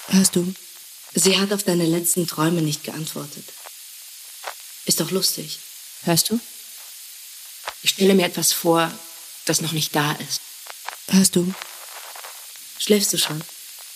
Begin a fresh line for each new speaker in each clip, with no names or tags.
Hörst du?
Sie hat auf deine letzten Träume nicht geantwortet. Ist doch lustig.
Hörst du?
Ich stelle mir etwas vor, das noch nicht da ist.
Hörst du?
Schläfst du schon?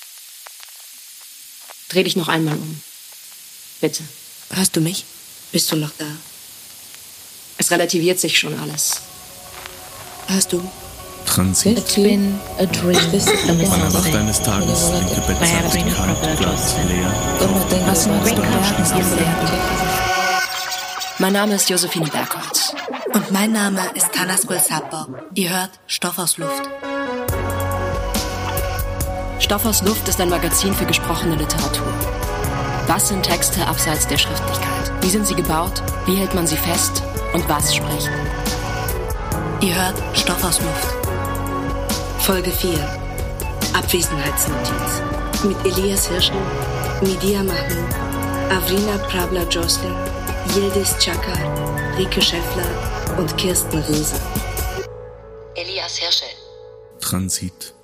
Dreh dich noch einmal um. Bitte.
Hörst du mich?
Bist du noch da?
Es relativiert sich schon alles.
Hörst du?
Transit.
It's been a dream.
Man erwacht eines Tages, linke Bettseite kalt, glatt, leer.
Was willst du werden?
Mein Name ist Josephine Bergholz.
Und mein Name ist Tanas Gulsappo. Ihr hört Stoff aus Luft.
Stoff aus Luft ist ein Magazin für gesprochene Literatur. Was sind Texte abseits der Schriftlichkeit? Wie sind sie gebaut? Wie hält man sie fest? Und was spricht?
Ihr hört Stoff aus Luft. Folge 4. Abwesenheitsnotiz. Mit Elias Hirschl, Medea Mahmoud, Avrina Prabla-Joslin, Yildiz Çakar, Rike Schäffler und Kirsten Riese.
Elias Hirschl.
Transit.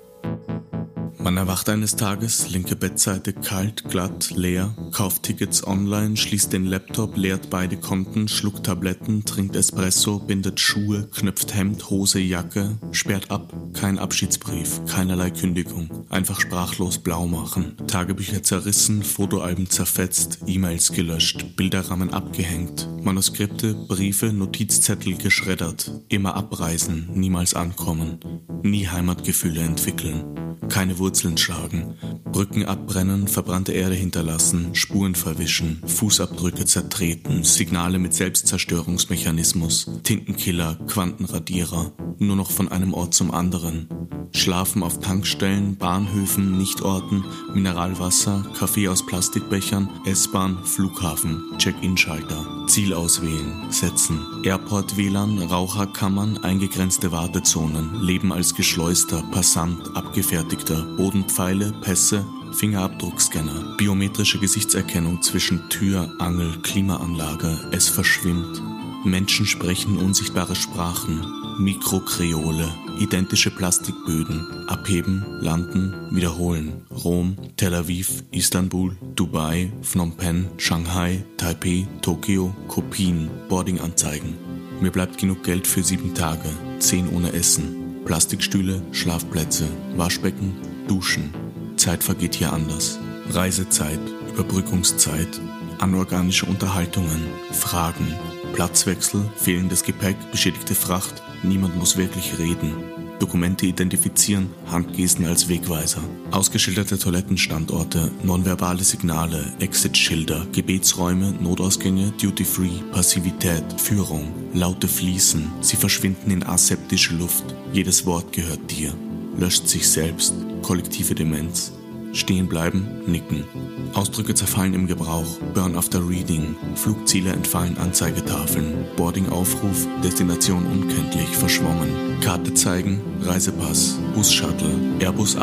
Man erwacht eines Tages, linke Bettseite kalt, glatt, leer, kauft Tickets online, schließt den Laptop, leert beide Konten, schluckt Tabletten, trinkt Espresso, bindet Schuhe, knüpft Hemd, Hose, Jacke, sperrt ab, kein Abschiedsbrief, keinerlei Kündigung, einfach sprachlos blau machen, Tagebücher zerrissen, Fotoalben zerfetzt, E-Mails gelöscht, Bilderrahmen abgehängt, Manuskripte, Briefe, Notizzettel geschreddert, immer abreisen, niemals ankommen, nie Heimatgefühle entwickeln, keine Wurzeln schlagen, Brücken abbrennen, verbrannte Erde hinterlassen, Spuren verwischen, Fußabdrücke zertreten, Signale mit Selbstzerstörungsmechanismus, Tintenkiller, Quantenradierer, nur noch von einem Ort zum anderen. Schlafen auf Tankstellen, Bahnhöfen, Nichtorten, Mineralwasser, Kaffee aus Plastikbechern, S-Bahn, Flughafen, Check-in-Schalter, Ziel auswählen, setzen, Airport-WLAN, Raucherkammern, eingegrenzte Wartezonen, Leben als Geschleuster, Passant, Abgefertigter, Bodenpfeile, Pässe, Fingerabdruckscanner, biometrische Gesichtserkennung zwischen Tür, Angel, Klimaanlage, es verschwimmt. Menschen sprechen unsichtbare Sprachen, Mikrokreole, identische Plastikböden, abheben, landen, wiederholen, Rom, Tel Aviv, Istanbul, Dubai, Phnom Penh, Shanghai, Taipei, Tokio, Kopien, Boardinganzeigen. Mir bleibt genug Geld für 7 Tage, 10 ohne Essen, Plastikstühle, Schlafplätze, Waschbecken, Duschen. Zeit vergeht hier anders. Reisezeit, Überbrückungszeit, anorganische Unterhaltungen, Fragen, Platzwechsel, fehlendes Gepäck, beschädigte Fracht, niemand muss wirklich reden. Dokumente identifizieren, Handgesten als Wegweiser. Ausgeschilderte Toilettenstandorte, nonverbale Signale, Exit-Schilder, Gebetsräume, Notausgänge, Duty-Free, Passivität, Führung, Laute fließen, sie verschwinden in aseptische Luft. Jedes Wort gehört dir. Löscht sich selbst, kollektive Demenz. Stehen bleiben, nicken. Ausdrücke zerfallen im Gebrauch, Burn after Reading, Flugziele entfallen Anzeigetafeln, Boarding-Aufruf, Destination unkenntlich, verschwommen, Karte zeigen, Reisepass, Bus-Shuttle, Airbus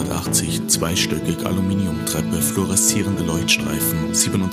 A380, zweistöckig, Aluminiumtreppe, fluoreszierende Leuchtstreifen,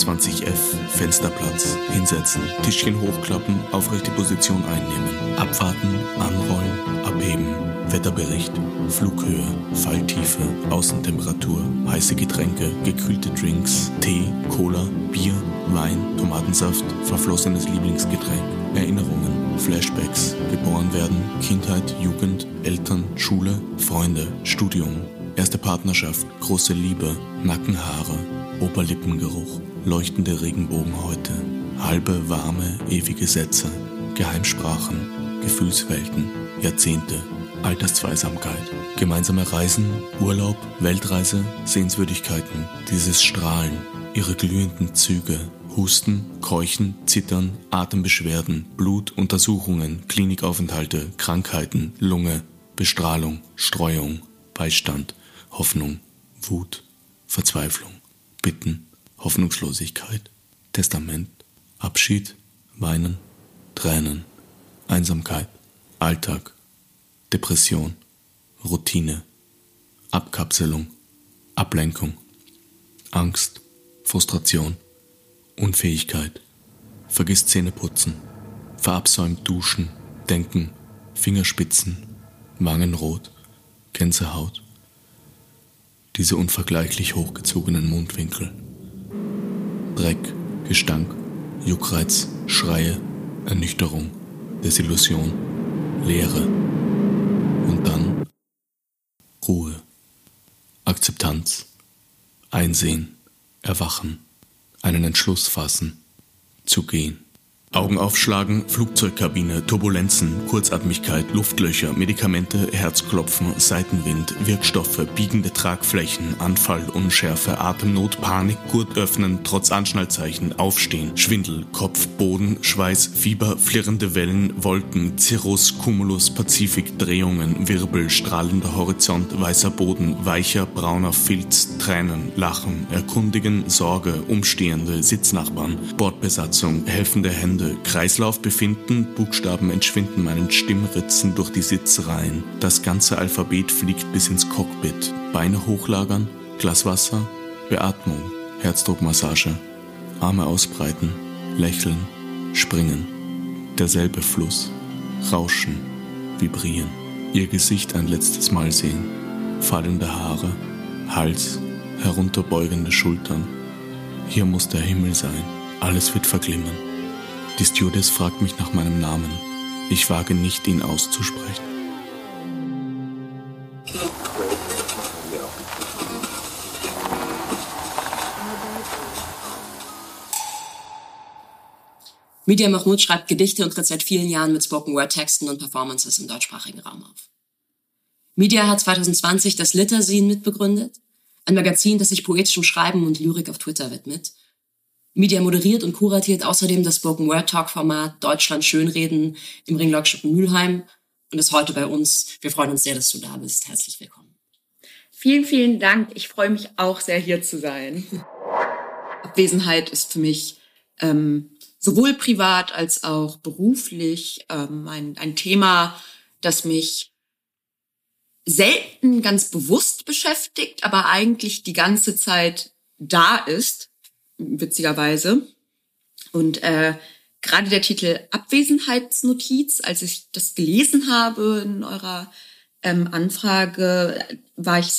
27F, Fensterplatz, hinsetzen, Tischchen hochklappen, aufrechte Position einnehmen, abwarten, anrollen, abheben. Wetterbericht, Flughöhe, Falltiefe, Außentemperatur, heiße Getränke, gekühlte Drinks, Tee, Cola, Bier, Wein, Tomatensaft, verflossenes Lieblingsgetränk, Erinnerungen, Flashbacks, geboren werden, Kindheit, Jugend, Eltern, Schule, Freunde, Studium, erste Partnerschaft, große Liebe, Nackenhaare, Oberlippengeruch, leuchtende Regenbogenhäute, halbe, warme, ewige Sätze, Geheimsprachen, Gefühlswelten, Jahrzehnte, Alterszweisamkeit, gemeinsame Reisen, Urlaub, Weltreise, Sehenswürdigkeiten, dieses Strahlen, ihre glühenden Züge, Husten, Keuchen, Zittern, Atembeschwerden, Blut, Untersuchungen, Klinikaufenthalte, Krankheiten, Lunge, Bestrahlung, Streuung, Beistand, Hoffnung, Wut, Verzweiflung, Bitten, Hoffnungslosigkeit, Testament, Abschied, Weinen, Tränen, Einsamkeit, Alltag, Depression, Routine, Abkapselung, Ablenkung, Angst, Frustration, Unfähigkeit, vergiss Zähneputzen, verabsäumt Duschen, Denken, Fingerspitzen, Wangenrot, Gänsehaut, diese unvergleichlich hochgezogenen Mundwinkel. Dreck, Gestank, Juckreiz, Schreie, Ernüchterung, Desillusion, Leere. Und dann Ruhe, Akzeptanz, Einsehen, Erwachen, einen Entschluss fassen, zu gehen. Augen aufschlagen, Flugzeugkabine, Turbulenzen, Kurzatmigkeit, Luftlöcher, Medikamente, Herzklopfen, Seitenwind, Wirkstoffe, biegende Tragflächen, Anfall, Unschärfe, Atemnot, Panik, Gurt öffnen, trotz Anschnallzeichen, Aufstehen, Schwindel, Kopf, Boden, Schweiß, Fieber, flirrende Wellen, Wolken, Cirrus, Cumulus, Pazifik, Drehungen, Wirbel, strahlender Horizont, weißer Boden, weicher, brauner Filz, Tränen, Lachen, Erkundigen, Sorge, Umstehende, Sitznachbarn, Bordbesatzung, helfende Hände, Kreislauf befinden, Buchstaben entschwinden meinen Stimmritzen durch die Sitzreihen. Das ganze Alphabet fliegt bis ins Cockpit. Beine hochlagern, Glas Wasser, Beatmung, Herzdruckmassage, Arme ausbreiten, lächeln, springen. Derselbe Fluss, rauschen, vibrieren. Ihr Gesicht ein letztes Mal sehen. Fallende Haare, Hals, herunterbeugende Schultern. Hier muss der Himmel sein. Alles wird verglimmen. Die Stewardess fragt mich nach meinem Namen. Ich wage nicht, ihn auszusprechen.
Midia Mahmoud schreibt Gedichte und tritt seit vielen Jahren mit Spoken-Word-Texten und Performances im deutschsprachigen Raum auf. Midia hat 2020 das Literzine mitbegründet, ein Magazin, das sich poetischem Schreiben und Lyrik auf Twitter widmet. Midia moderiert und kuratiert außerdem das Spoken-Word-Talk-Format Deutschland Schönreden im Ringlockschuppen Mülheim und ist heute bei uns. Wir freuen uns sehr, dass du da bist. Herzlich willkommen.
Vielen, vielen Dank. Ich freue mich auch sehr, hier zu sein. Abwesenheit ist für mich sowohl privat als auch beruflich ein Thema, das mich selten ganz bewusst beschäftigt, aber eigentlich die ganze Zeit da ist. Witzigerweise. Und gerade der Titel Abwesenheitsnotiz, als ich das gelesen habe in eurer Anfrage, war ich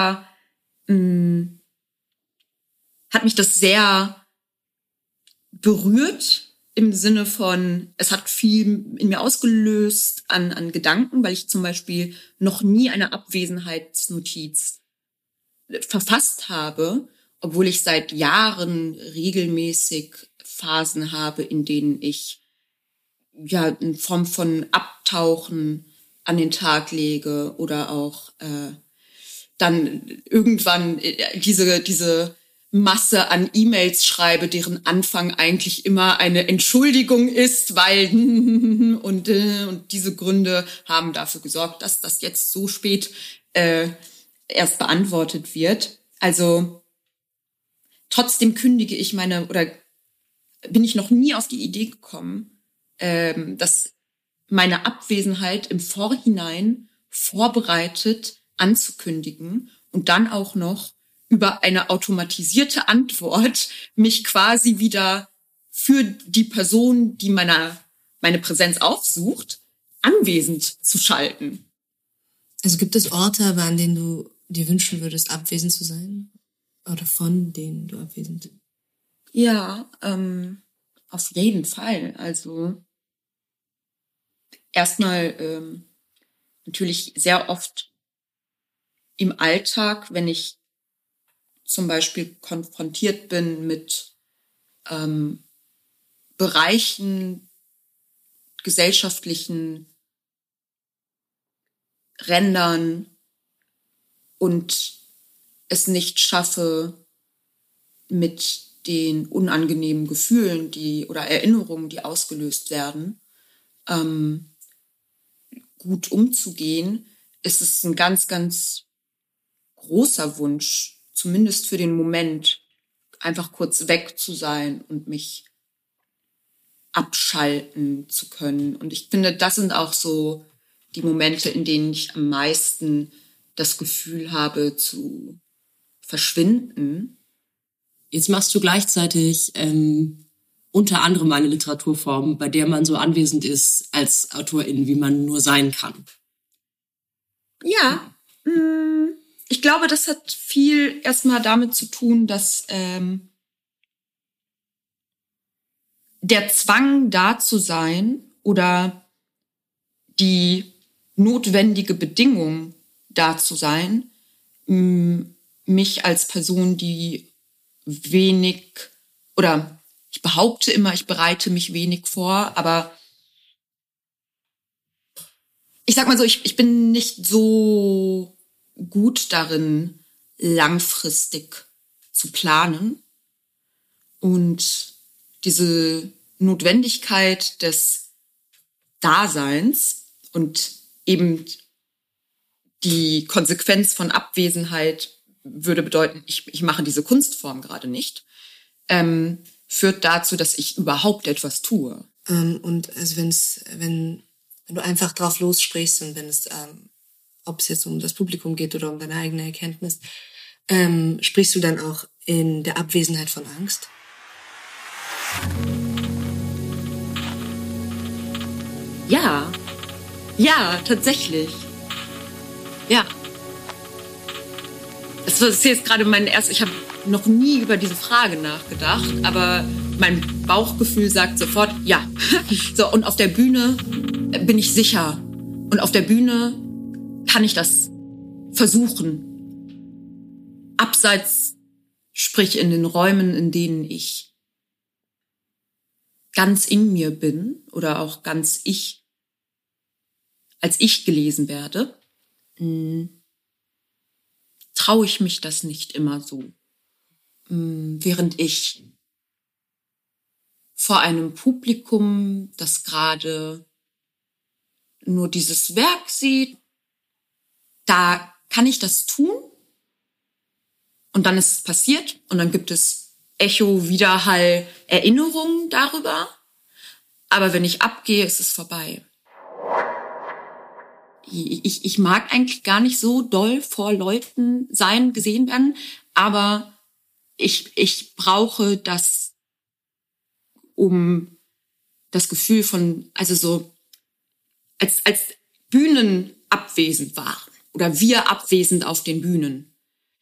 hat mich das sehr berührt im Sinne von, es hat viel in mir ausgelöst an Gedanken, weil ich zum Beispiel noch nie eine Abwesenheitsnotiz verfasst habe, obwohl ich seit Jahren regelmäßig Phasen habe, in denen ich in Form von Abtauchen an den Tag lege oder auch dann irgendwann diese Masse an E-Mails schreibe, deren Anfang eigentlich immer eine Entschuldigung ist, weil und diese Gründe haben dafür gesorgt, dass das jetzt so spät erst beantwortet wird. Also trotzdem bin ich noch nie auf die Idee gekommen, dass meine Abwesenheit im Vorhinein vorbereitet anzukündigen und dann auch noch über eine automatisierte Antwort mich quasi wieder für die Person, die meine Präsenz aufsucht, anwesend zu schalten.
Also gibt es Orte, an denen du dir wünschen würdest, abwesend zu sein? Oder von denen du abwesend bist?
Ja, auf jeden Fall. Also erstmal natürlich sehr oft im Alltag, wenn ich zum Beispiel konfrontiert bin mit Bereichen, gesellschaftlichen Rändern und es nicht schaffe, mit den unangenehmen Gefühlen, oder Erinnerungen, die ausgelöst werden, gut umzugehen, ist es ein ganz, ganz großer Wunsch, zumindest für den Moment, einfach kurz weg zu sein und mich abschalten zu können. Und ich finde, das sind auch so die Momente, in denen ich am meisten das Gefühl habe, zu verschwinden.
Jetzt machst du gleichzeitig unter anderem eine Literaturform, bei der man so anwesend ist als Autorin, wie man nur sein kann.
Ja, ich Ich glaube, das hat viel erstmal damit zu tun, dass der Zwang, da zu sein oder die notwendige Bedingung, da zu sein, mich als Person, die wenig, oder ich behaupte immer, ich bereite mich wenig vor, aber ich sag mal so, ich bin nicht so gut darin, langfristig zu planen. Und diese Notwendigkeit des Daseins und eben die Konsequenz von Abwesenheit würde bedeuten, ich mache diese Kunstform gerade nicht, führt dazu, dass ich überhaupt etwas tue.
Und also wenn du einfach drauf lossprichst und wenn es, ob es jetzt um das Publikum geht oder um deine eigene Erkenntnis, sprichst du dann auch in der Abwesenheit von Angst?
Ja, tatsächlich. Ja. Das ist jetzt gerade ich habe noch nie über diese Frage nachgedacht, aber mein Bauchgefühl sagt sofort, ja. So, und auf der Bühne bin ich sicher. Und auf der Bühne kann ich das versuchen. Abseits, sprich in den Räumen, in denen ich ganz in mir bin oder auch ganz als ich gelesen werde, traue ich mich das nicht immer so. Während ich vor einem Publikum, das gerade nur dieses Werk sieht, da kann ich das tun und dann ist es passiert und dann gibt es Echo, Widerhall, Erinnerungen darüber. Aber wenn ich abgehe, ist es vorbei. Ich mag eigentlich gar nicht so doll vor Leuten sein, gesehen werden, aber ich brauche das, um das Gefühl von, also so, als Bühnen abwesend waren oder wir abwesend auf den Bühnen.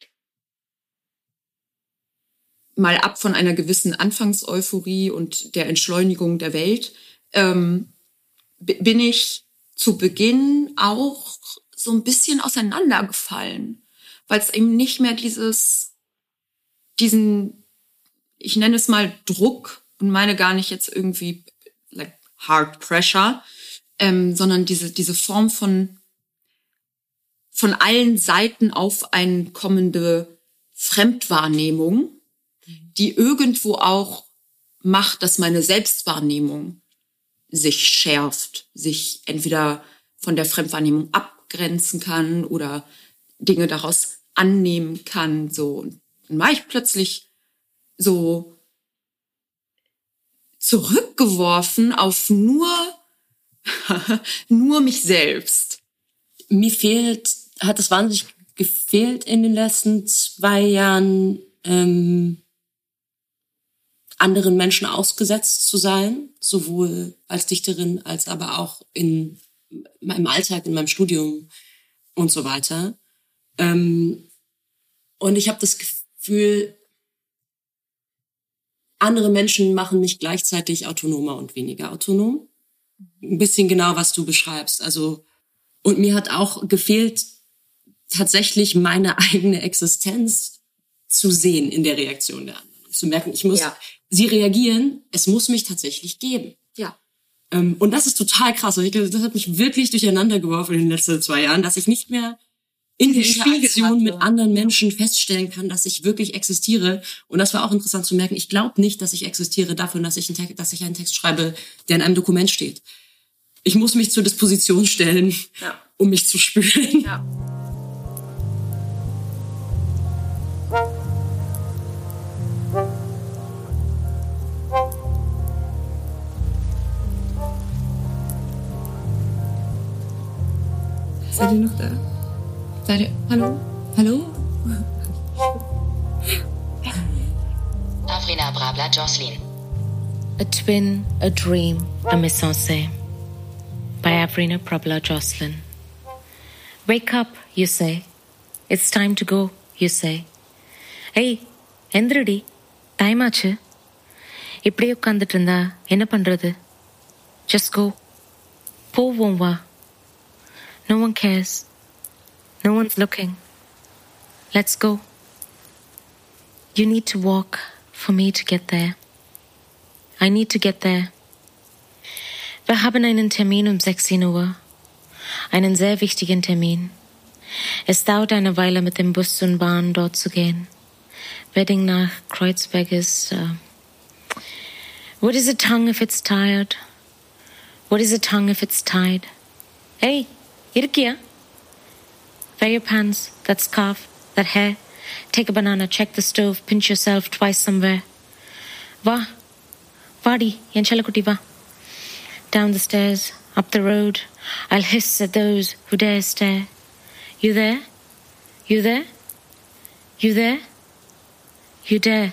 Mal ab von einer gewissen Anfangseuphorie und der Entschleunigung der Welt, bin ich zu Beginn auch so ein bisschen auseinandergefallen, weil es eben nicht mehr diesen, ich nenne es mal Druck und meine gar nicht jetzt irgendwie like hard pressure, sondern diese Form von allen Seiten auf eine kommende Fremdwahrnehmung, die irgendwo auch macht, dass meine Selbstwahrnehmung sich schärft, sich entweder von der Fremdwahrnehmung abgrenzen kann oder Dinge daraus annehmen kann. So, und dann war ich plötzlich so zurückgeworfen auf nur mich selbst.
Mir hat es wahnsinnig gefehlt in den letzten 2 Jahren, anderen Menschen ausgesetzt zu sein, sowohl als Dichterin als aber auch in meinem Alltag, in meinem Studium und so weiter. Und ich habe das Gefühl, andere Menschen machen mich gleichzeitig autonomer und weniger autonom. Ein bisschen genau, was du beschreibst. Also, und mir hat auch gefehlt, tatsächlich meine eigene Existenz zu sehen in der Reaktion der anderen. Zu merken, sie reagieren, es muss mich tatsächlich geben.
Ja.
Und das ist total krass. Das hat mich wirklich durcheinander geworfen in den letzten 2 Jahren, dass ich nicht mehr in der Interaktion mit anderen Menschen feststellen kann, dass ich wirklich existiere. Und das war auch interessant zu merken. Ich glaube nicht, dass ich existiere davon, dass ich einen Text schreibe, der in einem Dokument steht. Ich muss mich zur Disposition stellen, um mich zu spüren.
Ja.
Seid ihr noch da? Hallo? Hallo?
Avrina Brabla-Joslin.
A Twin, a Dream, a Mise-en-Scène by Avrina Brabla-Joslin. Wake up, you say. it's time to go, you say. Hey, Endradi, time ஆச்சு. இப்படியே உட்கார்ந்துட்டு இருந்தா என்ன பண்றது? Just go. போவோம் வா. No one cares. No one's looking. Let's go. You need to walk for me to get there. I need to get there. Wir haben einen Termin 16 Uhr. Einen sehr wichtigen Termin. Es dauert eine Weile mit dem Bus und Bahn dort zu gehen. Wedding nach Kreuzberg ist... What is a tongue if it's tired? What is a tongue if it's tied? Hey, irkiya? Wear your pants, that scarf, that hair. Take a banana, check the stove, pinch yourself twice somewhere. Va. Vadi, yen chalakuti va. Down the stairs, up the road. I'll hiss at those who dare stare. You there? You there? You there? You dare.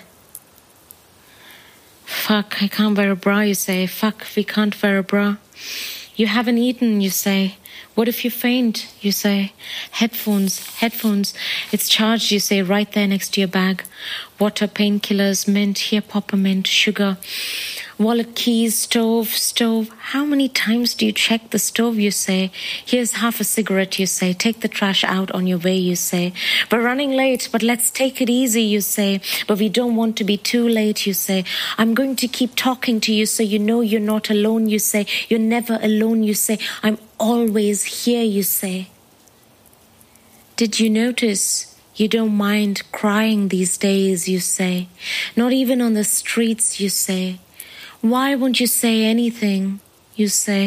Fuck, I can't wear a bra, you say. Fuck, we can't wear a bra. You haven't eaten, you say. What if you faint, you say. Headphones. It's charged, you say, right there next to your bag. Water, painkillers, mint, here peppermint, sugar. Wallet, keys, stove. How many times do you check the stove, you say? Here's half a cigarette, you say. Take the trash out on your way, you say. We're running late, but let's take it easy, you say. But we don't want to be too late, you say. I'm going to keep talking to you so you know you're not alone, you say. You're never alone, you say. I'm always here, you say. Did you notice you don't mind crying these days, you say? Not even on the streets, you say. Why won't you say anything, you say?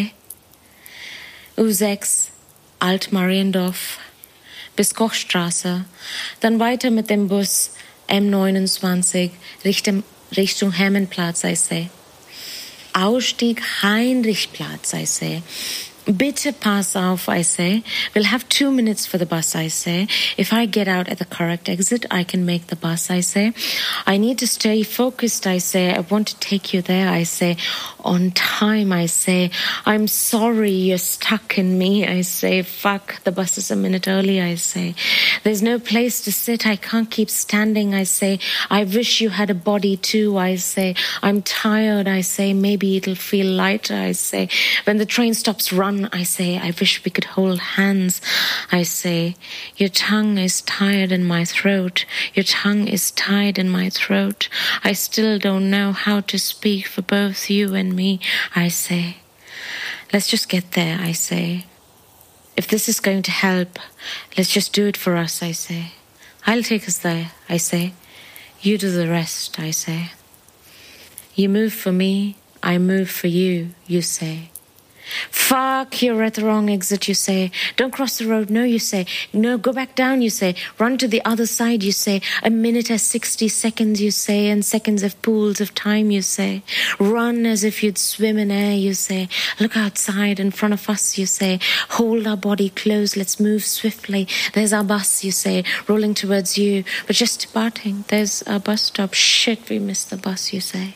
U6, Alt-Mariendorf, bis Kochstraße, dann weiter mit dem Bus M29 Richtung Hermannplatz, I say. Ausstieg Heinrichplatz, I say. Bitte pass auf, I say. We'll have 2 minutes for the bus, I say. If I get out at the correct exit, I can make the bus, I say. I need to stay focused, I say. I want to take you there, I say. On time, I say. I'm sorry you're stuck in me, I say. Fuck, the bus is a minute early, I say. There's no place to sit, I can't keep standing, I say. I wish you had a body too, I say. I'm tired, I say. Maybe it'll feel lighter, I say. When the train stops, run, I say. I wish we could hold hands, I say. Your tongue is tired in my throat. Your tongue is tied in my throat. I still don't know how to speak for both you and me, I say. Let's just get there, I say. If this is going to help, let's just do it for us, I say. I'll take us there, I say. You do the rest, I say. You move for me, I move for you, you say. Fuck, you're at the wrong exit, you say. Don't cross the road, no, you say. No, go back down, you say. Run to the other side, you say. A minute has 60 seconds, you say, and seconds have pools of time, you say. Run as if you'd swim in air, you say. Look outside in front of us, you say. Hold our body close, let's move swiftly. There's our bus, you say, rolling towards you. But just departing, there's our bus stop. Shit, we missed the bus, you say.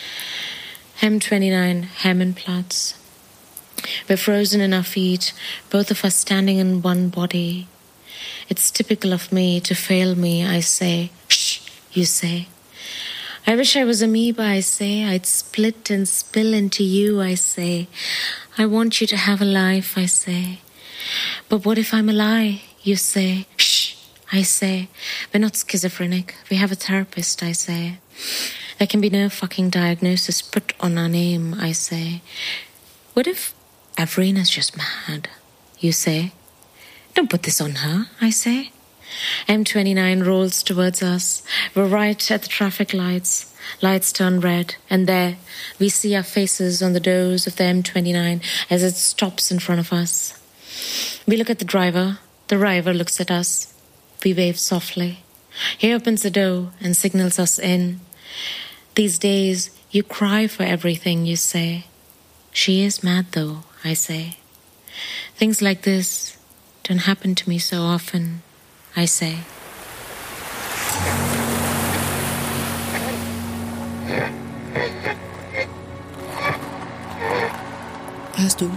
M29, Hermannplatz. We're frozen in our feet, both of us standing in one body. It's typical of me to fail me, I say. Shh, you say. I wish I was amoeba, I say. I'd split and spill into you, I say. I want you to have a life, I say. But what if I'm a lie, you say. Shh, I say. We're not schizophrenic. We have a therapist, I say. There can be no fucking diagnosis put on our name, I say. What if Avrina's just mad, you say? Don't put this on her, I say. M29 rolls towards us. We're right at the traffic lights. Lights turn red, and there we see our faces on the doors of the M29 as it stops in front of us. We look at the driver. The driver looks at us. We wave softly. He opens the door and signals us in. These days, you cry for everything, you say. She is mad, though, I say. Things like this don't happen to me so often, I say.
Hörst du?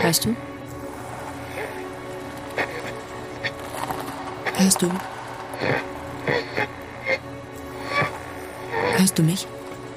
Hörst du?
Hörst du? Hörst du mich?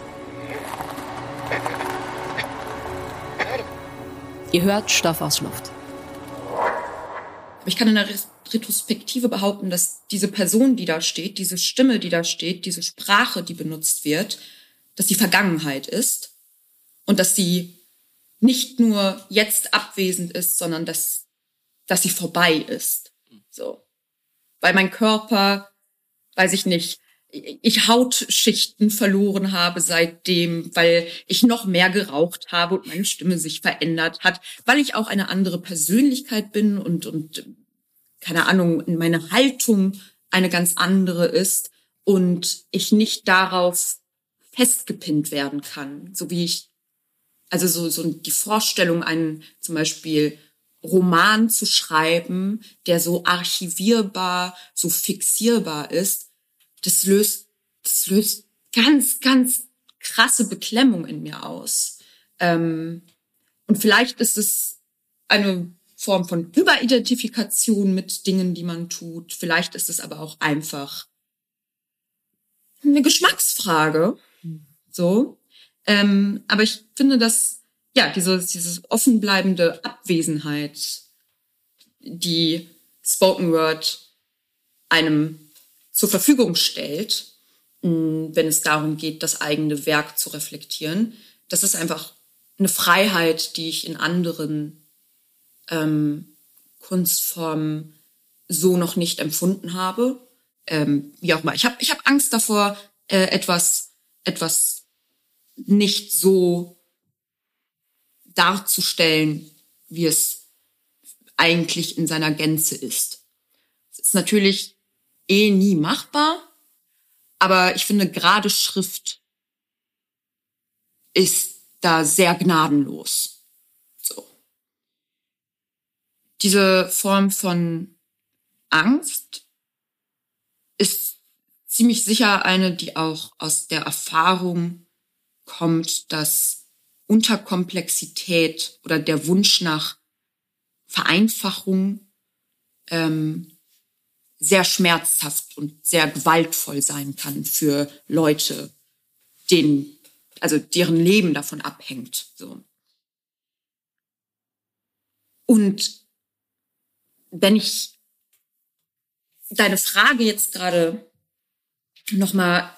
Ihr hört Stoff aus Luft.
Ich kann in der Retrospektive behaupten, dass diese Person, die da steht, diese Stimme, die da steht, diese Sprache, die benutzt wird, dass die Vergangenheit ist und dass sie nicht nur jetzt abwesend ist, sondern dass sie vorbei ist. So. Weil mein Körper, weiß ich nicht, ich Hautschichten verloren habe seitdem, weil ich noch mehr geraucht habe und meine Stimme sich verändert hat, weil ich auch eine andere Persönlichkeit bin und keine Ahnung, meine Haltung eine ganz andere ist und ich nicht darauf festgepinnt werden kann, so wie ich, also so die Vorstellung, einen zum Beispiel Roman zu schreiben, der so archivierbar, so fixierbar ist, das löst ganz, ganz krasse Beklemmung in mir aus. Und vielleicht ist es eine Form von Überidentifikation mit Dingen, die man tut. Vielleicht ist es aber auch einfach eine Geschmacksfrage. So. Aber ich finde, dass ja diese offenbleibende Abwesenheit, die Spoken Word einem zur Verfügung stellt, wenn es darum geht, das eigene Werk zu reflektieren. Das ist einfach eine Freiheit, die ich in anderen Kunstformen so noch nicht empfunden habe. Wie auch immer. Ich hab Angst davor, etwas nicht so darzustellen, wie es eigentlich in seiner Gänze ist. Es ist natürlich nie machbar, aber ich finde, gerade Schrift ist da sehr gnadenlos. So. Diese Form von Angst ist ziemlich sicher eine, die auch aus der Erfahrung kommt, dass Unterkomplexität oder der Wunsch nach Vereinfachung sehr schmerzhaft und sehr gewaltvoll sein kann für Leute, deren Leben davon abhängt. So. Und wenn ich deine Frage jetzt gerade nochmal,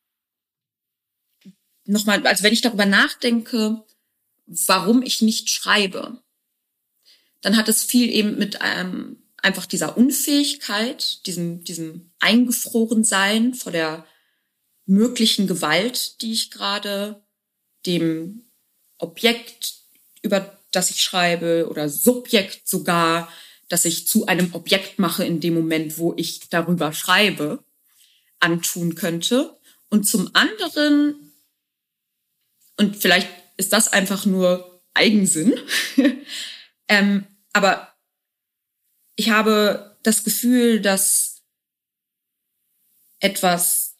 also wenn ich darüber nachdenke, warum ich nicht schreibe, dann hat es viel eben mit einfach dieser Unfähigkeit, diesem Eingefrorensein vor der möglichen Gewalt, die ich gerade dem Objekt, über das ich schreibe, oder Subjekt sogar, das ich zu einem Objekt mache in dem Moment, wo ich darüber schreibe, antun könnte. Und zum anderen, und vielleicht ist das einfach nur Eigensinn, aber ich habe das Gefühl, dass etwas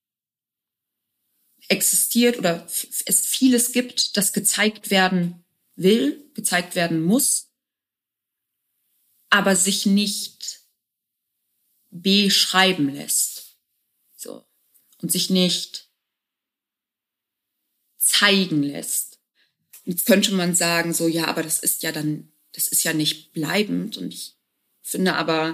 existiert oder es vieles gibt, das gezeigt werden will, gezeigt werden muss, aber sich nicht beschreiben lässt. So. Und sich nicht zeigen lässt. Jetzt könnte man sagen, so, ja, aber das ist ja nicht bleibend. Und ich finde aber,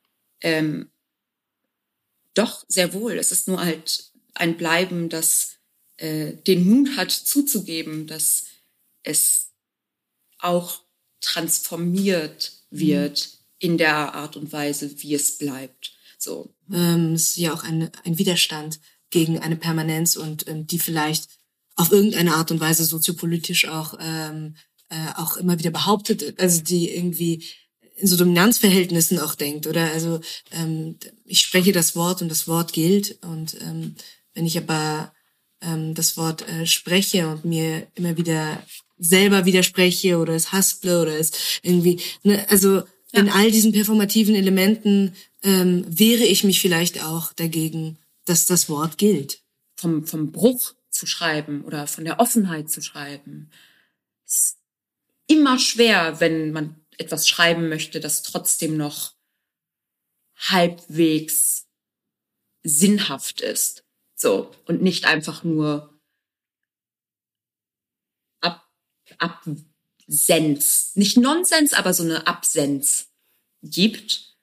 doch, sehr wohl. Es ist nur halt ein Bleiben, das den Mut hat zuzugeben, dass es auch transformiert wird in der Art und Weise, wie es bleibt. So.
Es ist ja auch ein Widerstand gegen eine Permanenz und die vielleicht auf irgendeine Art und Weise soziopolitisch auch immer wieder behauptet, also die irgendwie in so Dominanzverhältnissen auch denkt, oder? Also ich spreche das Wort und das Wort gilt, und wenn ich aber das Wort spreche und mir immer wieder selber widerspreche oder es hasple oder es irgendwie, ne, also in all diesen performativen Elementen wehre ich mich vielleicht auch dagegen, dass das Wort gilt.
Vom Bruch zu schreiben oder von der Offenheit zu schreiben, ist immer schwer, wenn man etwas schreiben möchte, das trotzdem noch halbwegs sinnhaft ist. So. Und nicht einfach nur Absenz. Nicht Nonsens, aber so eine Absenz gibt.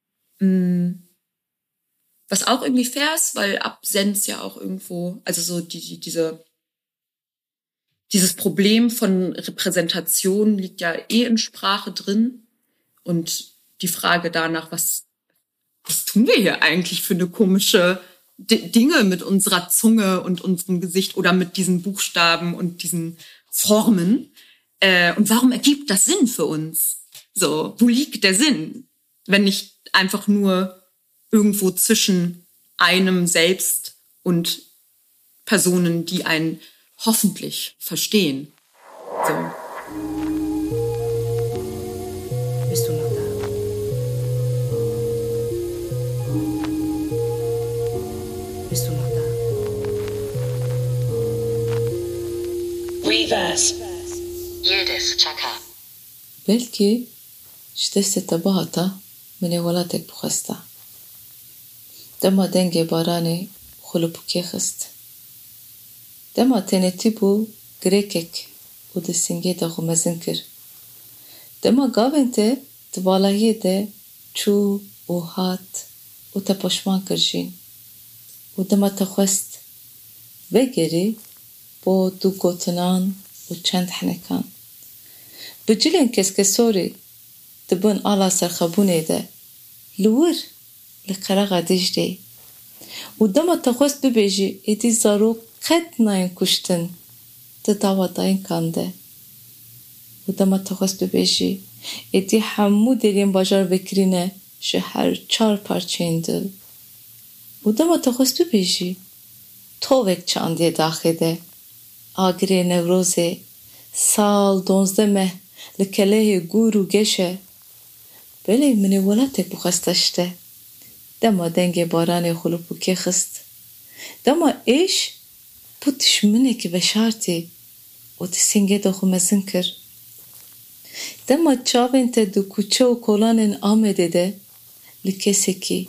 Was auch irgendwie fair ist, weil Absenz ja auch irgendwo, also so dieses Problem von Repräsentation liegt ja in Sprache drin. Und die Frage danach, was tun wir hier eigentlich für eine komische Dinge mit unserer Zunge und unserem Gesicht oder mit diesen Buchstaben und diesen Formen? Und warum ergibt das Sinn für uns? So, wo liegt der Sinn? Wenn nicht einfach nur irgendwo zwischen einem selbst und Personen, die einen hoffentlich verstehen. So.
Bist du noch da? Bist du noch da?
Reverse. Yildiz Çakar.
بلكي شتست تبعتا من ولاتك بخستا دما دنگي باراني خلوبوكي خست دما تنتي بو گريكك و دسنگي دا خو مزنكر دما گاوينته دوالاهي ده چو و هات و تا پشمان کرجين و دما تخست وگري بو دو گوتنان و چند حنكان بجلين كسكسوري تبون آلا سرخبوني ده لور لقرغة دجدي ودما تخوست ببيجي ايدي زارو قد ناين كشتن تدعوة داين كان ده ودما تخوست ببيجي ايدي حمو ديرين باجار بكرينه شهر 4 parçayn dil ودما تخوست ببيجي تووك چاندي داخل ده آگري نوروزي سال 12 لكلاه گورو گشه بله منی ولاتک بخستشته دما دنگ باران خلوپوکی خست دما ایش بودش منه که بشارتی و تسینگه دخو مزن کر دما چاوین تا دو کوچه و کلانن آمده ده لکسی که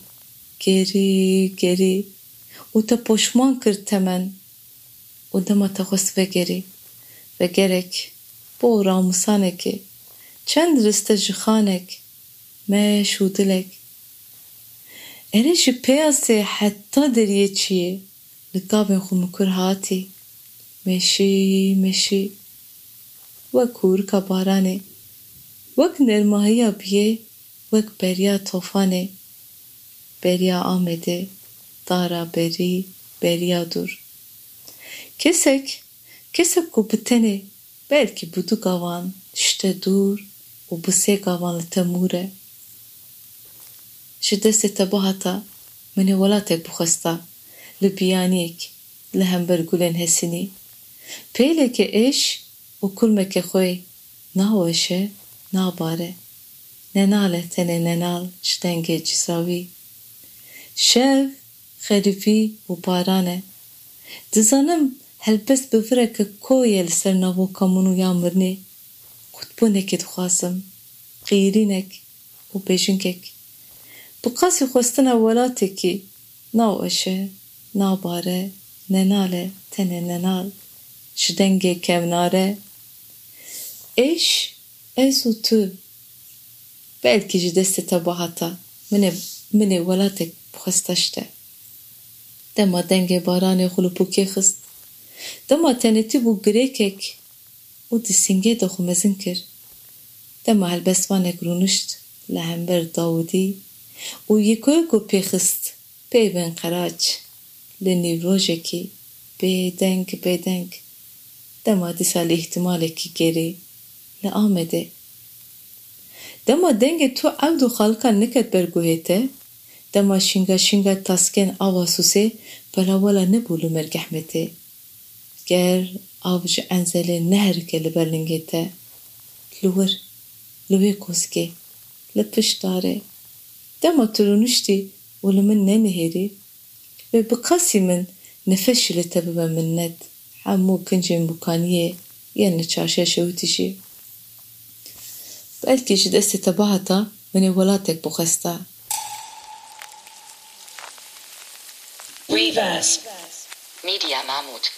گری و تا پشمان کرد تمن و دما تا خست و گرک بو راموسانه چند رسته جخانک ماش ودلك اريش بياسي حتى دريه چيه لقابن خو مكر هاتي مشي وكور كباراني وك نرماهيا بيه وك بريا توفاني بريا آمده دارا بريا دور كسك كو بتني belki budu gavan işte dur و بسي gavan لتموره شدست تبهتا من ولاتك بخستا لبيانيك لهم برقولن هسني بيلك إيش وكل مك خوي ناوشه ناباره نناله تنه ننال شتنگه جساوي شev خريفي وبارانه دزانم هلبس بفرك كويل سرناو كامونو يامرني قطبونك دخواسم غيرينك وبيجنكك بقاسي خوستنا ولاتكي ناوشه ناباره نناله تنه ننال شدنگه كوناره ايش ازو تو belki جدست تباهتا من ولاتك بخستشته دما دنگه باران خلوپوكي خست دما تنتي بو گريكك و دسنگه دخو مزنكر دما هالبسوانك رونشت لهمبر داودي و يكوكو بيخست بيبن قراج لنيروجكي بيدنگ دما دسا الاحتمالكي گري لآمده دما دنگ تو عودو خالقا نكت برگوهته دما شنگا تاسكن آواسوسه بلا ولا نبولو مرگحمته گر آوج انزل نهر که لبرلنگته لوه کوسکه لپشتاره دما ترونشتي ولمن ننهري بقاسي من نفشل تببا من ند عمو كنجي مبكانيه ين تشاشة شوتشي بلكي جد قصة تبعتها من ولادتك بخستا.
Reverse. Media Mammut.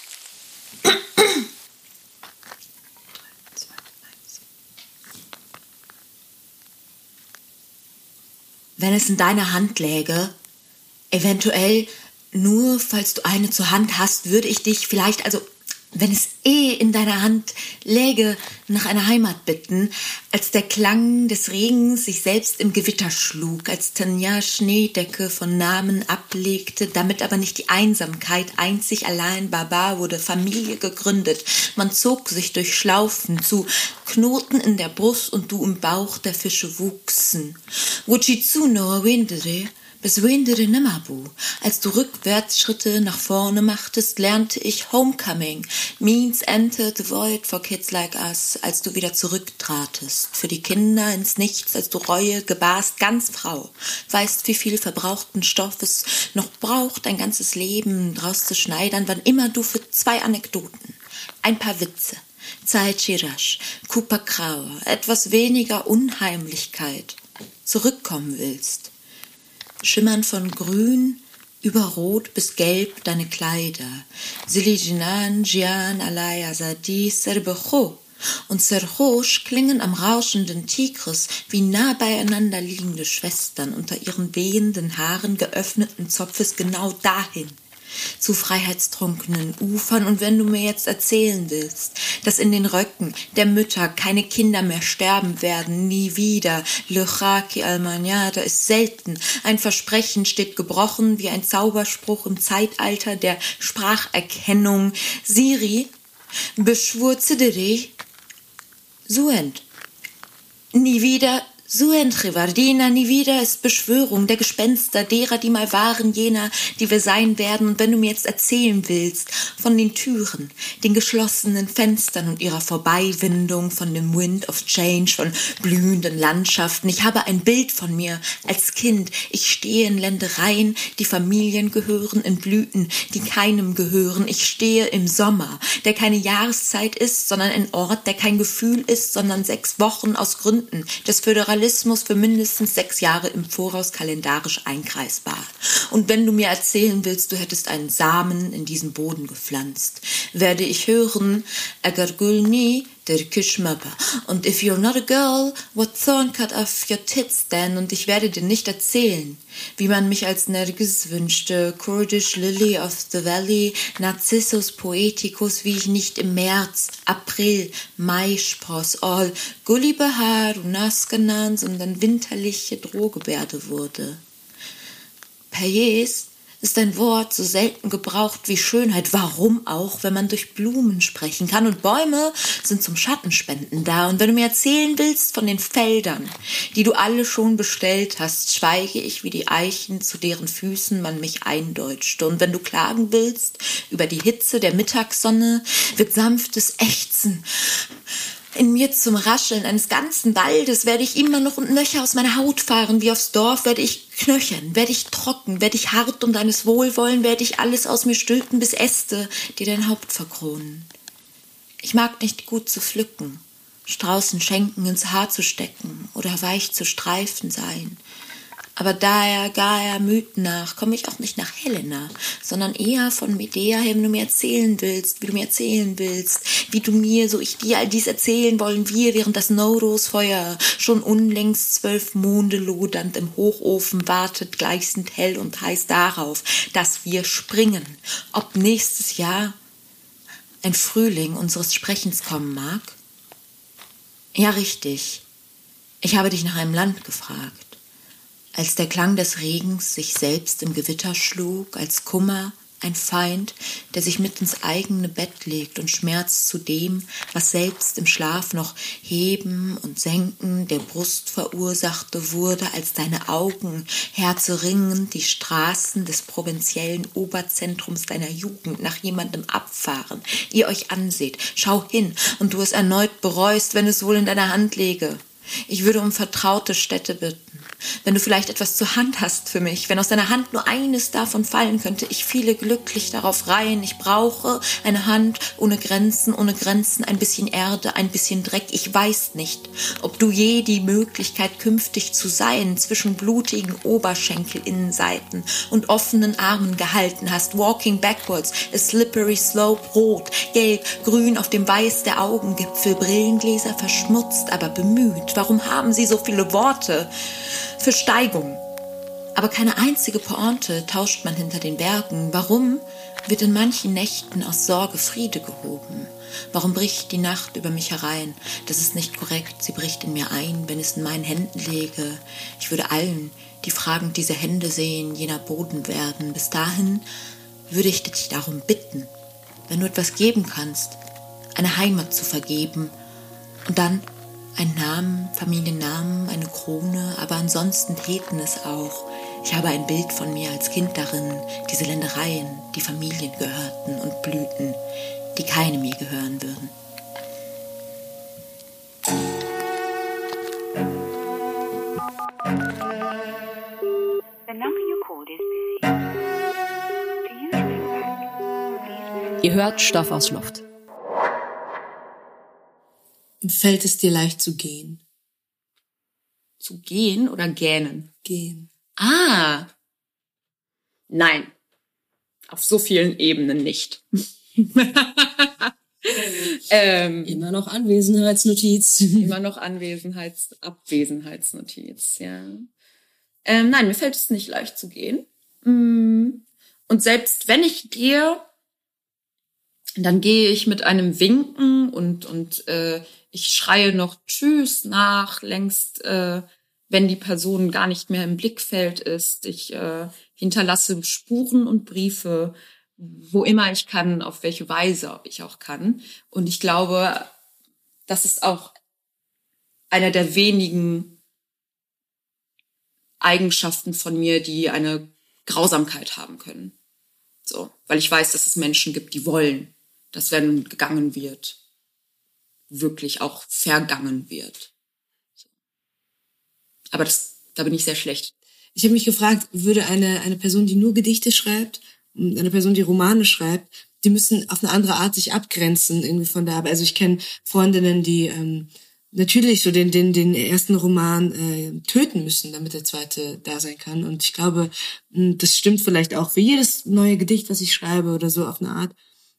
Wenn es in deiner Hand läge, eventuell nur, falls du eine zur Hand hast, würde ich dich vielleicht, also wenn es in deiner Hand läge, nach einer Heimat bitten, als der Klang des Regens sich selbst im Gewitter schlug, als Tanja Schneedecke von Namen ablegte, damit aber nicht die Einsamkeit einzig allein barbar wurde, Familie gegründet, man zog sich durch Schlaufen zu, Knoten in der Brust und du im Bauch der Fische wuchsen. Wuchitsuno windere, bis windere nimmerbu. Als du Rückwärtsschritte nach vorne machtest, lernte ich Homecoming, means enter the void for kids like us, als du wieder zurücktratest, für die Kinder ins Nichts, als du Reue gebarst, ganz Frau, weißt, wie viel verbrauchten Stoff es noch braucht, ein ganzes Leben draus zu schneidern, wann immer du für 2 Anekdoten, ein paar Witze, Zeit Chirash, Cooper Krauer, etwas weniger Unheimlichkeit zurückkommen willst. Schimmern von grün über rot bis gelb deine Kleider. Silijinan, Jian, Alaya, Sadi, Serbecho und Serhosh klingen am rauschenden Tigris wie nah beieinander liegende Schwestern unter ihren wehenden Haaren geöffneten Zopfes genau dahin. Zu freiheitstrunkenen Ufern, und wenn du mir jetzt erzählen willst, dass in den Röcken der Mütter keine Kinder mehr sterben werden, nie wieder, Lechaki Almaniada ist selten, ein Versprechen steht gebrochen wie ein Zauberspruch im Zeitalter der Spracherkennung, Siri, beschwur Zideri, Suend, nie wieder, Suend Rivardina, nie wieder ist Beschwörung der Gespenster derer, die mal waren, jener, die wir sein werden. Und wenn du mir jetzt erzählen willst von den Türen, den geschlossenen Fenstern und ihrer Vorbeiwindung, von dem Wind of Change, von blühenden Landschaften. Ich habe ein Bild von mir als Kind. Ich stehe in Ländereien, die Familien gehören, in Blüten, die keinem gehören. Ich stehe im Sommer, der keine Jahreszeit ist, sondern ein Ort, der kein Gefühl ist, sondern 6 Wochen aus Gründen des Föderalismus für mindestens 6 Jahre im Voraus kalendarisch einkreisbar. Und wenn du mir erzählen willst, du hättest einen Samen in diesen Boden gepflanzt, werde ich hören, Agargulni, der Kishmaba. Und if you're not a girl, what thorn cut off your tits then? Und ich werde dir nicht erzählen, wie man mich als Nergis wünschte, Kurdish Lily of the Valley, Narcissus Poeticus, wie ich nicht im März, April, Mai spross, all Gullibahar und Naskanan, sondern winterliche Drohgebärde wurde. Payes ist ein Wort so selten gebraucht wie Schönheit. Warum auch, wenn man durch Blumen sprechen kann? Und Bäume sind zum Schattenspenden da. Und wenn du mir erzählen willst von den Feldern, die du alle schon bestellt hast, schweige ich wie die Eichen, zu deren Füßen man mich eindeutschte. Und wenn du klagen willst über die Hitze der Mittagssonne, wird sanftes Ächzen in mir zum Rascheln eines ganzen Waldes, werde ich immer noch und nöcher aus meiner Haut fahren, wie aufs Dorf, werde ich knöchern, werde ich trocken, werde ich hart um deines Wohlwollen, werde ich alles aus mir stülpen, bis Äste dir dein Haupt verkronen. Ich mag nicht gut zu pflücken, Straußen schenken ins Haar zu stecken oder weich zu streifen sein. Aber daher, Gaia, Mythen nach, komme ich auch nicht nach Helena, sondern eher von Medea her, wenn du mir erzählen willst, wie du mir, so ich dir all dies erzählen wollen wir, während das Nowruz-Feuer schon unlängst 12 Monde lodernd im Hochofen wartet, gleichsend hell und heiß darauf, dass wir springen, ob nächstes Jahr ein Frühling unseres Sprechens kommen mag? Ja, richtig. Ich habe dich nach einem Land gefragt. Als der Klang des Regens sich selbst im Gewitter schlug, als Kummer, ein Feind, der sich mit ins eigene Bett legt und Schmerz zu dem, was selbst im Schlaf noch Heben und Senken der Brust verursachte, wurde, als deine Augen herzringend die Straßen des provinziellen Oberzentrums deiner Jugend nach jemandem abfahren, ihr euch anseht, schau hin und du es erneut bereust, wenn es wohl in deiner Hand läge. Ich würde um vertraute Städte bitten. Wenn du vielleicht etwas zur Hand hast für mich, wenn aus deiner Hand nur eines davon fallen könnte, ich fiele glücklich darauf rein. Ich brauche eine Hand ohne Grenzen, ein bisschen Erde, ein bisschen Dreck. Ich weiß nicht, ob du je die Möglichkeit künftig zu sein zwischen blutigen Oberschenkelinnenseiten und offenen Armen gehalten hast. Walking backwards, a slippery slope, rot, gelb, grün auf dem Weiß der Augengipfel, Brillengläser verschmutzt, aber bemüht. Warum haben sie so viele Worte für Steigung? Aber keine einzige Pointe tauscht man hinter den Bergen. Warum wird in manchen Nächten aus Sorge Friede gehoben? Warum bricht die Nacht über mich herein? Das ist nicht korrekt, sie bricht in mir ein, wenn es in meinen Händen läge. Ich würde allen, die fragend diese Hände sehen, jener Boden werden. Bis dahin würde ich dich darum bitten, wenn du etwas geben kannst, eine Heimat zu vergeben und dann einen Namen, Familiennamen, eine Krone, aber ansonsten täten es auch. Ich habe ein Bild von mir als Kind darin, diese Ländereien, die Familien gehörten und blühten, die keine mir gehören würden.
Ihr hört Stoff aus Luft.
Fällt es dir leicht zu gehen?
Zu gehen oder gähnen?
Gehen.
Ah. Nein. Auf so vielen Ebenen nicht.
Immer noch Anwesenheitsnotiz.
Immer noch Abwesenheitsnotiz, ja. Nein, mir fällt es nicht leicht zu gehen. Und selbst wenn ich gehe, dann gehe ich mit einem Winken und ich schreie noch Tschüss nach, längst, wenn die Person gar nicht mehr im Blickfeld ist. Ich hinterlasse Spuren und Briefe, wo immer ich kann, auf welche Weise ich auch kann. Und ich glaube, das ist auch einer der wenigen Eigenschaften von mir, die eine Grausamkeit haben können. So, weil ich weiß, dass es Menschen gibt, die wollen, dass wenn gegangen wird, wirklich auch vergangen wird. So. Aber da bin ich sehr schlecht.
Ich habe mich gefragt, würde eine Person, die nur Gedichte schreibt, und eine Person, die Romane schreibt, die müssen auf eine andere Art sich abgrenzen irgendwie von der Arbeit. Also ich kenne Freundinnen, die natürlich so den ersten Roman töten müssen, damit der zweite da sein kann. Und ich glaube, das stimmt vielleicht auch für jedes neue Gedicht, was ich schreibe oder so auf eine Art.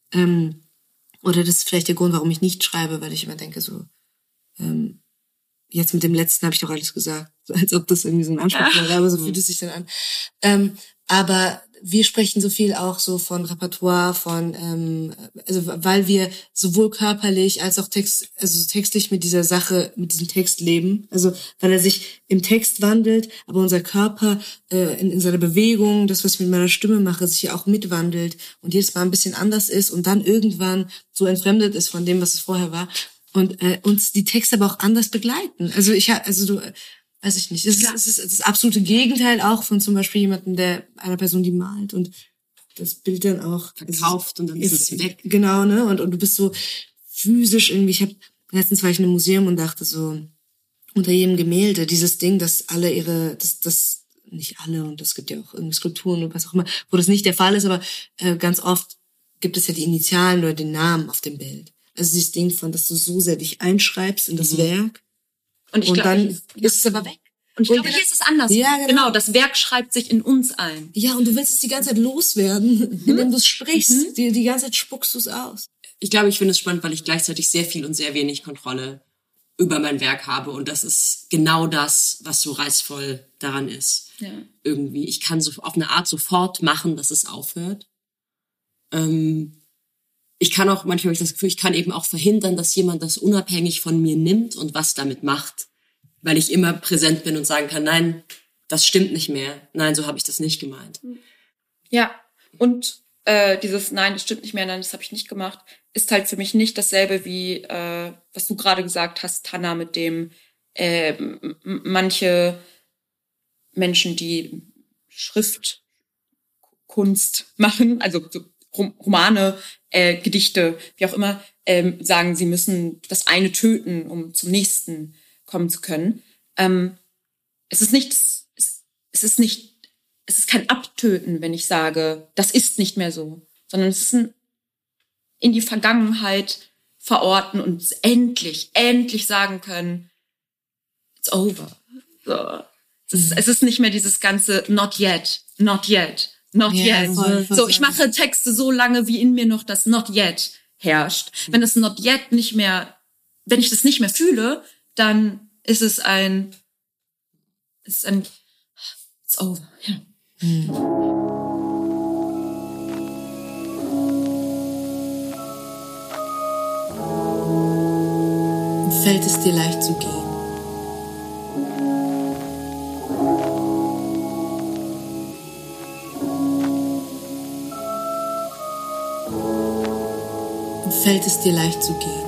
Oder das ist vielleicht der Grund, warum ich nicht schreibe, weil ich immer denke, so jetzt mit dem letzten habe ich doch alles gesagt. So, als ob das irgendwie so ein Anspruch wäre, aber so fühlt es sich dann an. Aber wir sprechen so viel auch so von Repertoire, also weil wir sowohl körperlich als auch textlich mit dieser Sache, mit diesem Text leben. Also weil er sich im Text wandelt, aber unser Körper in seiner Bewegung, das, was ich mit meiner Stimme mache, sich ja auch mitwandelt und jedes Mal ein bisschen anders ist und dann irgendwann so entfremdet ist von dem, was es vorher war. Und uns die Texte aber auch anders begleiten. Also weiß ich nicht. Es ist das absolute Gegenteil auch von zum Beispiel einer Person, die malt und das Bild dann auch
verkauft und dann ist es weg.
Genau, ne? Und du bist so physisch irgendwie. Letztens war ich in einem Museum und dachte so, unter jedem Gemälde, dieses Ding, dass alle das nicht alle, und es gibt ja auch irgendwie Skulpturen und was auch immer, wo das nicht der Fall ist, aber ganz oft gibt es ja die Initialen oder den Namen auf dem Bild. Also dieses Ding von, dass du so sehr dich einschreibst in das Werk. Und dann ist es aber weg.
Und ich glaube, hier ist es anders.
Ja,
genau. Das Werk schreibt sich in uns ein.
Ja, und du willst es die ganze Zeit loswerden, indem du es sprichst. Die ganze Zeit spuckst du es aus.
Ich glaube, ich finde es spannend, weil ich gleichzeitig sehr viel und sehr wenig Kontrolle über mein Werk habe. Und das ist genau das, was so reizvoll daran ist. Ja. Irgendwie. Ich kann so auf eine Art sofort machen, dass es aufhört. Ich kann auch, manchmal habe ich das Gefühl, ich kann eben auch verhindern, dass jemand das unabhängig von mir nimmt und was damit macht. Weil ich immer präsent bin und sagen kann, nein, das stimmt nicht mehr. Nein, so habe ich das nicht gemeint.
Ja, und dieses Nein, das stimmt nicht mehr, nein, das habe ich nicht gemacht, ist halt für mich nicht dasselbe wie, was du gerade gesagt hast, Hannah, mit dem manche Menschen, die Schriftkunst machen, also so Romane, Gedichte, wie auch immer, sagen, sie müssen das eine töten, um zum nächsten kommen zu können. es ist kein Abtöten, wenn ich sage, das ist nicht mehr so, sondern es ist ein in die Vergangenheit verorten und endlich sagen können, it's over. So. Es ist nicht mehr dieses ganze not yet.
Voll
So, ich mache Texte so lange, wie in mir noch das not yet herrscht. Wenn das not yet nicht mehr, wenn ich das nicht mehr fühle, dann ist es it's over. Ja.
Fällt es dir leicht zu gehen? Fällt es dir leicht zu gehen?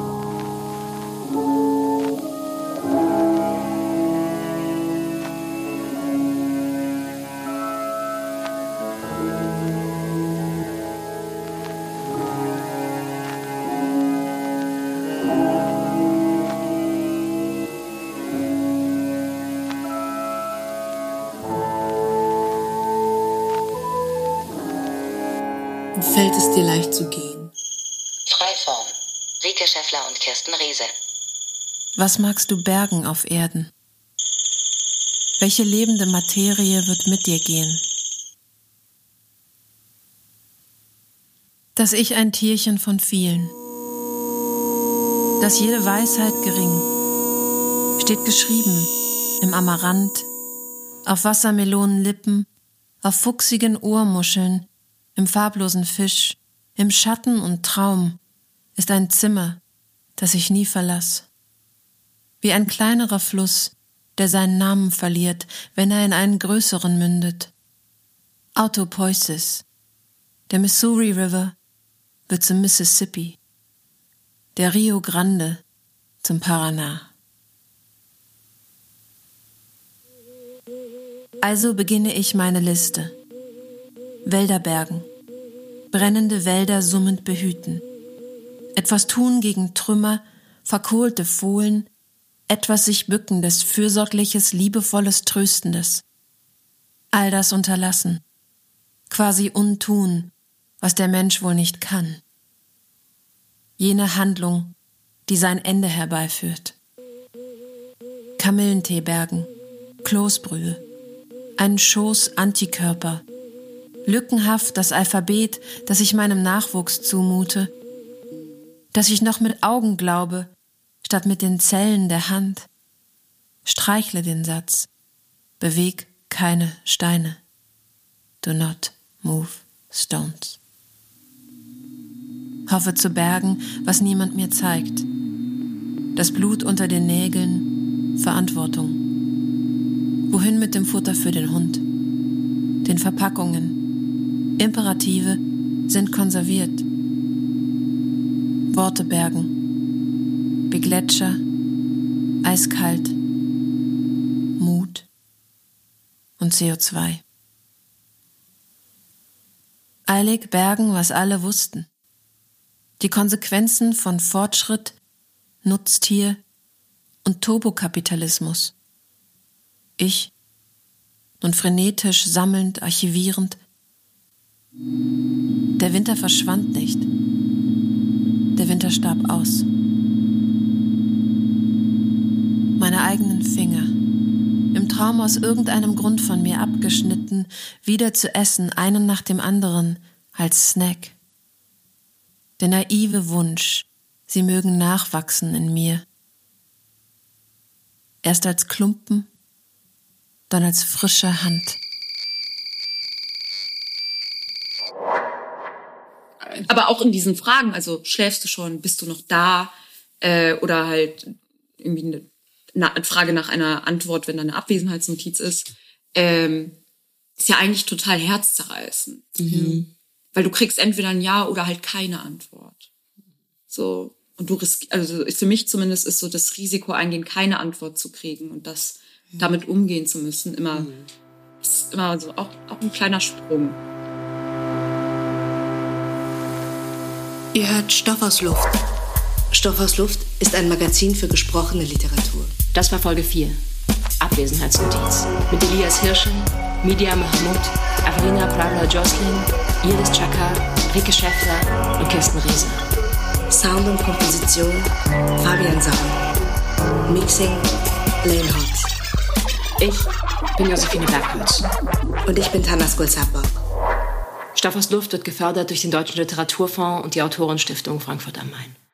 Fällt es dir leicht zu gehen?
Freiform. Rike Scheffler und Kirsten Riese.
Was magst du bergen auf Erden? Welche lebende Materie wird mit dir gehen? Dass ich ein Tierchen von vielen, dass jede Weisheit gering, steht geschrieben im Amaranth, auf Wassermelonenlippen, auf fuchsigen Ohrmuscheln, im farblosen Fisch, im Schatten und Traum ist ein Zimmer, das ich nie verlass. Wie ein kleinerer Fluss, der seinen Namen verliert, wenn er in einen größeren mündet. Autopoiesis. Der Missouri River wird zum Mississippi. Der Rio Grande zum Paraná. Also beginne ich meine Liste. Wälder bergen, brennende Wälder summend behüten, etwas tun gegen Trümmer, verkohlte Fohlen, etwas sich bückendes, fürsorgliches, liebevolles, tröstendes. All das unterlassen, quasi untun, was der Mensch wohl nicht kann. Jene Handlung, die sein Ende herbeiführt. Kamillentee bergen, Kloßbrühe, einen Schoß Antikörper, lückenhaft das Alphabet, das ich meinem Nachwuchs zumute, dass ich noch mit Augen glaube, statt mit den Zellen der Hand. Streichle den Satz, beweg keine Steine. Do not move stones. Hoffe zu bergen, was niemand mir zeigt. Das Blut unter den Nägeln, Verantwortung. Wohin mit dem Futter für den Hund? Den Verpackungen. Imperative sind konserviert. Worte bergen. Wie Gletscher, eiskalt, Mut und CO2. Eilig bergen, was alle wussten. Die Konsequenzen von Fortschritt, Nutztier und Turbokapitalismus. Ich, nun frenetisch sammelnd, archivierend. Der Winter verschwand nicht. Der Winter starb aus. Meine eigenen Finger, im Traum aus irgendeinem Grund von mir abgeschnitten, wieder zu essen, einen nach dem anderen, als Snack. Der naive Wunsch, sie mögen nachwachsen in mir. Erst als Klumpen, dann als frische Hand.
Aber auch in diesen Fragen, also schläfst du schon, bist du noch da? Oder halt irgendwie eine Frage nach einer Antwort, wenn da eine Abwesenheitsnotiz ist, ist ja eigentlich total herzzerreißend. Mhm. Weil du kriegst entweder ein Ja oder halt keine Antwort. So, und also für mich zumindest ist so das Risiko eingehen, keine Antwort zu kriegen und das damit umgehen zu müssen, ist immer so auch ein kleiner Sprung.
Ihr hört Stoff aus Luft. Stoff aus Luft ist ein Magazin für gesprochene Literatur.
Das war Folge 4. Ab Abwesenheitsnotiz. Mit Elias Hirschel, Midia Mahmoud, Avrina Pravla-Joslin, Yildiz Çakar, Rike Schäffler und Kirsten Riese.
Sound und Komposition Fabian Sauer. Mixing Lane Hotz.
Ich bin Josephine Bergholz.
Und ich bin Tanas Golzapok.
Stoff aus Luft wird gefördert durch den Deutschen Literaturfonds und die Autorenstiftung Frankfurt am Main.